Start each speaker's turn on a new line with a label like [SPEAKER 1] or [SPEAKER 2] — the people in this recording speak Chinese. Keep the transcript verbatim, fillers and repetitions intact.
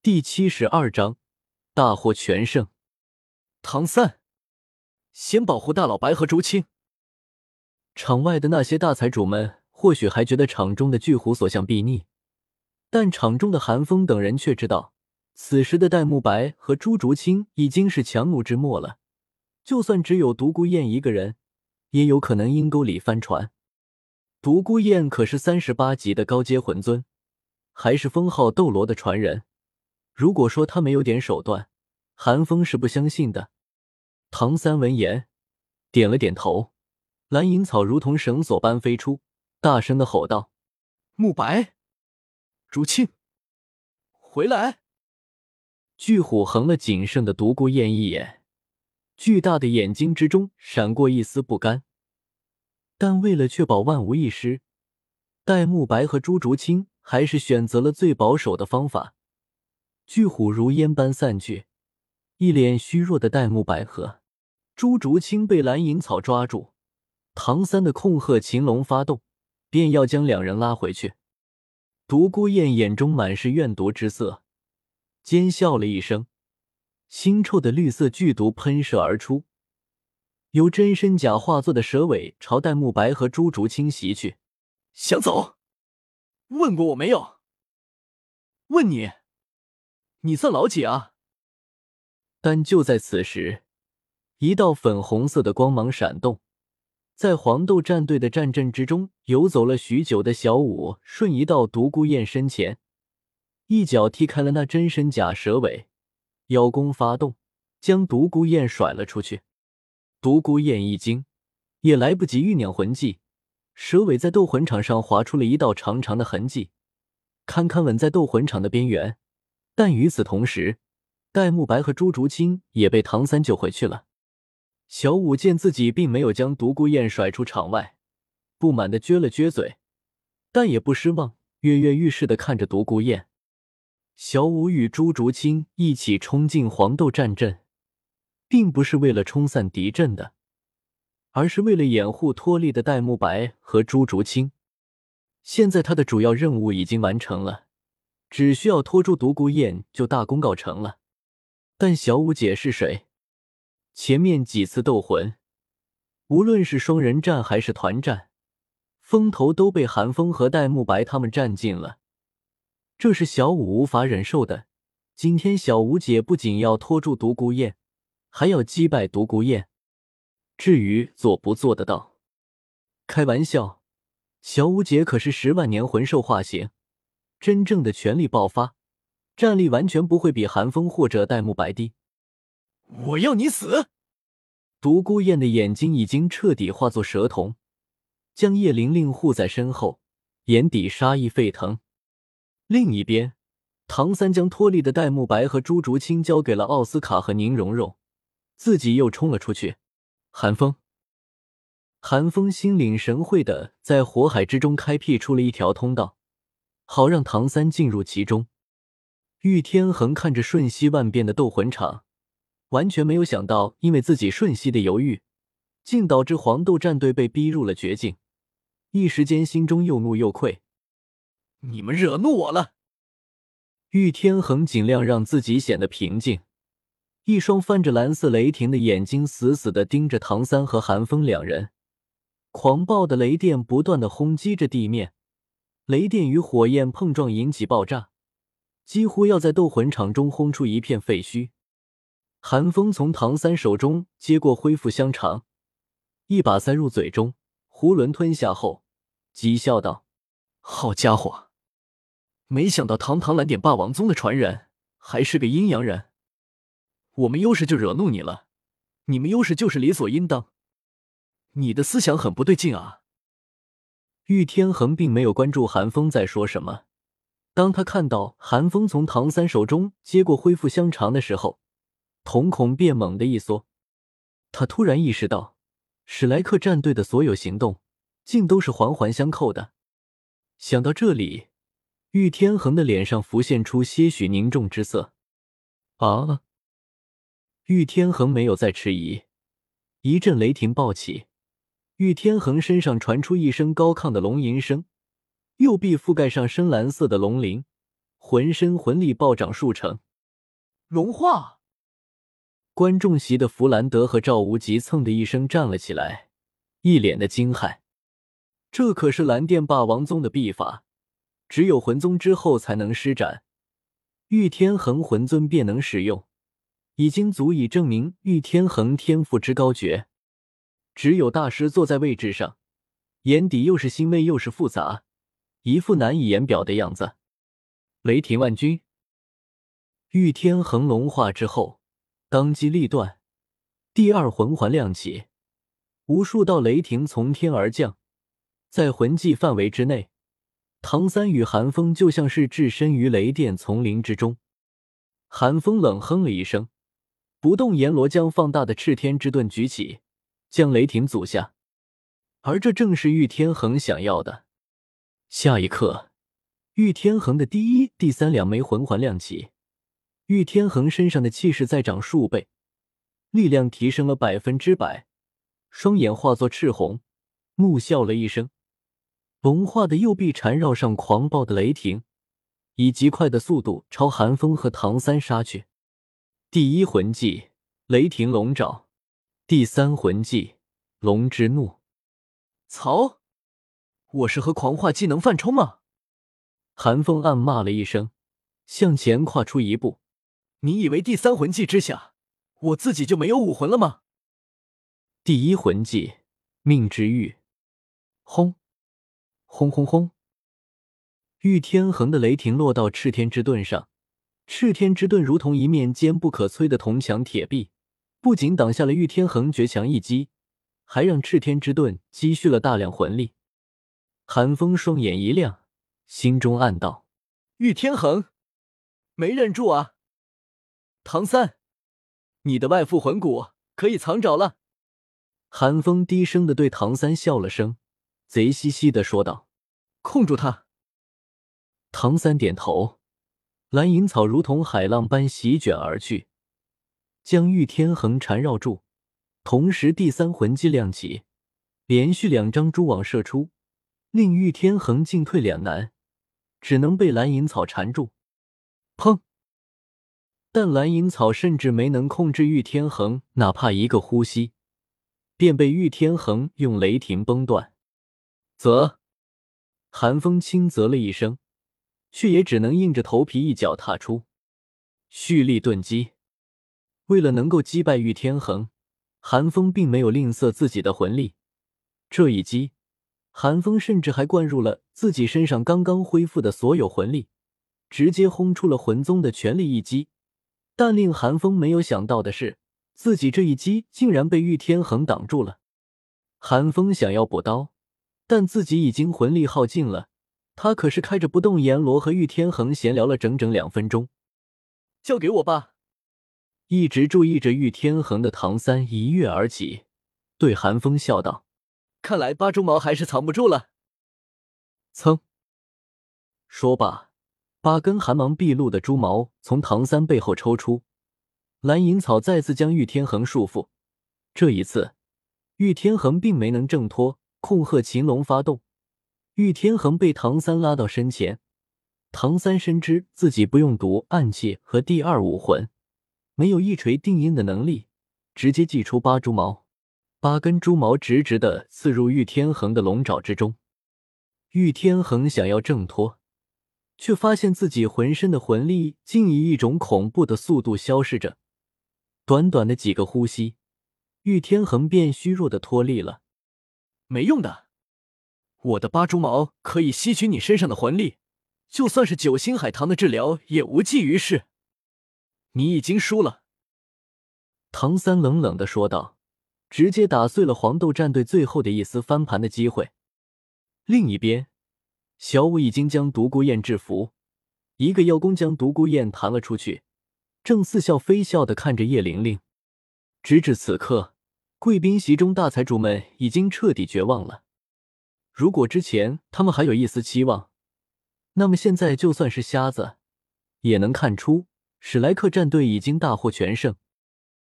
[SPEAKER 1] 第七十二章大获全胜。唐三，先保护大老白和竹青。场外的那些大财主们或许还觉得场中的巨虎所向必逆，但场中的韩风等人却知道，此时的戴沐白和朱竹清已经是强弩之末了，就算只有独孤雁一个人，也有可能阴沟里翻船。独孤雁可是三十八级的高阶魂尊，还是封号斗罗的传人，如果说他没有点手段，韩风是不相信的。唐三闻言点了点头，蓝银草如同绳索般飞出，大声的吼道：沐白，竹青，回来！巨虎横了仅剩的独孤雁一眼，巨大的眼睛之中闪过一丝不甘，但为了确保万无一失，戴沐白和朱竹清还是选择了最保守的方法。巨虎如烟般散去，一脸虚弱的戴沐白和朱竹清被蓝银草抓住，唐三的控鹤擒龙发动，便要将两人拉回去。独孤雁眼中满是怨毒之色，尖笑了一声，腥臭的绿色剧毒喷射而出，由真身甲化作的蛇尾朝戴沐白和朱竹清袭去。想走？问过我没有？问你，你算老几啊？但就在此时，一道粉红色的光芒闪动，在黄豆战队的战阵之中游走了许久的小舞瞬移到独孤雁身前，一脚踢开了那真身甲蛇尾，邀功发动，将独孤雁甩了出去。独孤雁一惊，也来不及酝酿魂技，蛇尾在斗魂场上划出了一道长长的痕迹，堪堪稳在斗魂场的边缘。但与此同时，戴沐白和朱竹清也被唐三救回去了。小舞见自己并没有将独孤雁甩出场外，不满地撅了撅嘴，但也不失望，跃跃欲试地看着独孤雁。小舞与朱竹清一起冲进黄豆战阵，并不是为了冲散敌阵的，而是为了掩护脱力的戴沐白和朱竹清。现在他的主要任务已经完成了，只需要拖住独孤雁就大功告成了。但小舞姐是谁？前面几次斗魂，无论是双人战还是团战，风头都被韩风和戴沐白他们占尽了，这是小舞无法忍受的。今天小舞姐不仅要拖住独孤雁，还要击败独孤雁。至于做不做得到，开玩笑，小舞姐可是十万年魂兽化形，真正的全力爆发，战力完全不会比韩风或者戴沐白低。我要你死！独孤雁的眼睛已经彻底化作蛇瞳，将叶玲玲护在身后，眼底杀意沸腾。另一边，唐三将脱力的戴沐白和朱竹清交给了奥斯卡和宁荣荣，自己又冲了出去。韩风韩风心领神会的在火海之中开辟出了一条通道，好让唐三进入其中。玉天恒看着瞬息万变的斗魂场，完全没有想到因为自己瞬息的犹豫，竟导致黄豆战队被逼入了绝境，一时间心中又怒又愧。你们惹怒我了！玉天恒尽量让自己显得平静，一双泛着蓝色雷霆的眼睛死死地盯着唐三和韩风两人。狂暴的雷电不断地轰击着地面，雷电与火焰碰撞引起爆炸，几乎要在斗魂场中轰出一片废墟。韩风从唐三手中接过恢复香肠，一把塞入嘴中，囫囵吞下后，讥笑道：好家伙，没想到堂堂蓝点霸王宗的传人还是个阴阳人。我们优势就惹怒你了，你们优势就是理所应当。你的思想很不对劲啊。玉天恒并没有关注韩风在说什么，当他看到韩风从唐三手中接过恢复香肠的时候，瞳孔便猛地一缩。他突然意识到，史莱克战队的所有行动竟都是环环相扣的。想到这里，玉天恒的脸上浮现出些许凝重之色。啊！玉天恒没有再迟疑，一阵雷霆暴起，玉天恒身上传出一声高亢的龙吟声，右臂覆盖上深蓝色的龙鳞， 浑身魂力暴涨数成。融化！观众席的弗兰德和赵无极蹭的一声站了起来，一脸的惊骇。这可是蓝电霸王宗的秘法，只有魂宗之后才能施展，玉天恒魂尊便能使用，已经足以证明玉天恒天赋之高绝。只有大师坐在位置上，眼底又是欣慰又是复杂，一副难以言表的样子。雷霆万钧！玉天恒龙化之后，当机立断，第二魂环亮起，无数道雷霆从天而降，在魂技范围之内，唐三与寒风就像是置身于雷电丛林之中。寒风冷哼了一声，不动阎罗将放大的赤天之盾举起，将雷霆阻下。而这正是玉天恒想要的。下一刻，玉天恒的第一、第三两枚魂环亮起，玉天恒身上的气势再涨数倍，力量提升了百分之百，双眼化作赤红，怒笑了一声，龙化的右臂缠绕上狂暴的雷霆，以极快的速度朝寒风和唐三杀去。第一魂技雷霆龙爪，第三魂技龙之怒。曹，我是和狂化技能犯冲吗？寒风暗骂了一声，向前跨出一步。你以为第三魂技之下，我自己就没有武魂了吗？第一魂技命之玉。轰轰轰轰！玉天恒的雷霆落到赤天之盾上，赤天之盾如同一面坚不可摧的铜墙铁壁，不仅挡下了玉天恒绝强一击，还让赤天之盾积蓄了大量魂力。寒风双眼一亮，心中暗道：玉天恒没忍住啊！唐三，你的外附魂骨可以藏着了。寒风低声地对唐三笑了声，贼兮兮地说道：控住他。唐三点头，蓝银草如同海浪般席卷而去，将玉天恒缠绕住。同时第三魂技亮起，连续两张蛛网射出，令玉天恒进退两难，只能被蓝银草缠住。砰！但蓝银草甚至没能控制玉天恒哪怕一个呼吸，便被玉天恒用雷霆崩断。啧！寒风轻啧了一声，却也只能硬着头皮一脚踏出。蓄力顿击。为了能够击败玉天恒，寒风并没有吝啬自己的魂力。这一击，寒风甚至还灌入了自己身上刚刚恢复的所有魂力，直接轰出了魂宗的全力一击。但令寒风没有想到的是，自己这一击竟然被玉天恒挡住了。寒风想要补刀，但自己已经魂力耗尽了，他可是开着不动阎罗和玉天恒闲聊了整整两分钟。交给我吧！一直注意着玉天恒的唐三一跃而起，对寒风笑道：看来八蛛毛还是藏不住了。噌！说罢，八根寒芒毕露的蛛毛从唐三背后抽出，蓝银草再次将玉天恒束缚。这一次，玉天恒并没能挣脱，控鹤擒龙发动，玉天恒被唐三拉到身前。唐三深知自己不用读暗器和第二武魂，没有一锤定音的能力，直接祭出八蛛毛，八根蛛毛直直地刺入玉天恒的龙爪之中。玉天恒想要挣脱，却发现自己浑身的魂力竟以一种恐怖的速度消逝着。短短的几个呼吸，玉天恒便虚弱的脱力了。没用的，我的八蛛毛可以吸取你身上的魂力，就算是九星海棠的治疗也无济于事。你已经输了。唐三冷冷地说道，直接打碎了黄豆战队最后的一丝翻盘的机会。另一边，小舞已经将独孤雁制服，一个妖弓将独孤雁弹了出去，正似笑非笑地看着叶玲玲。直至此刻，贵宾席中大财主们已经彻底绝望了。如果之前他们还有一丝期望，那么现在就算是瞎子也能看出史莱克战队已经大获全胜。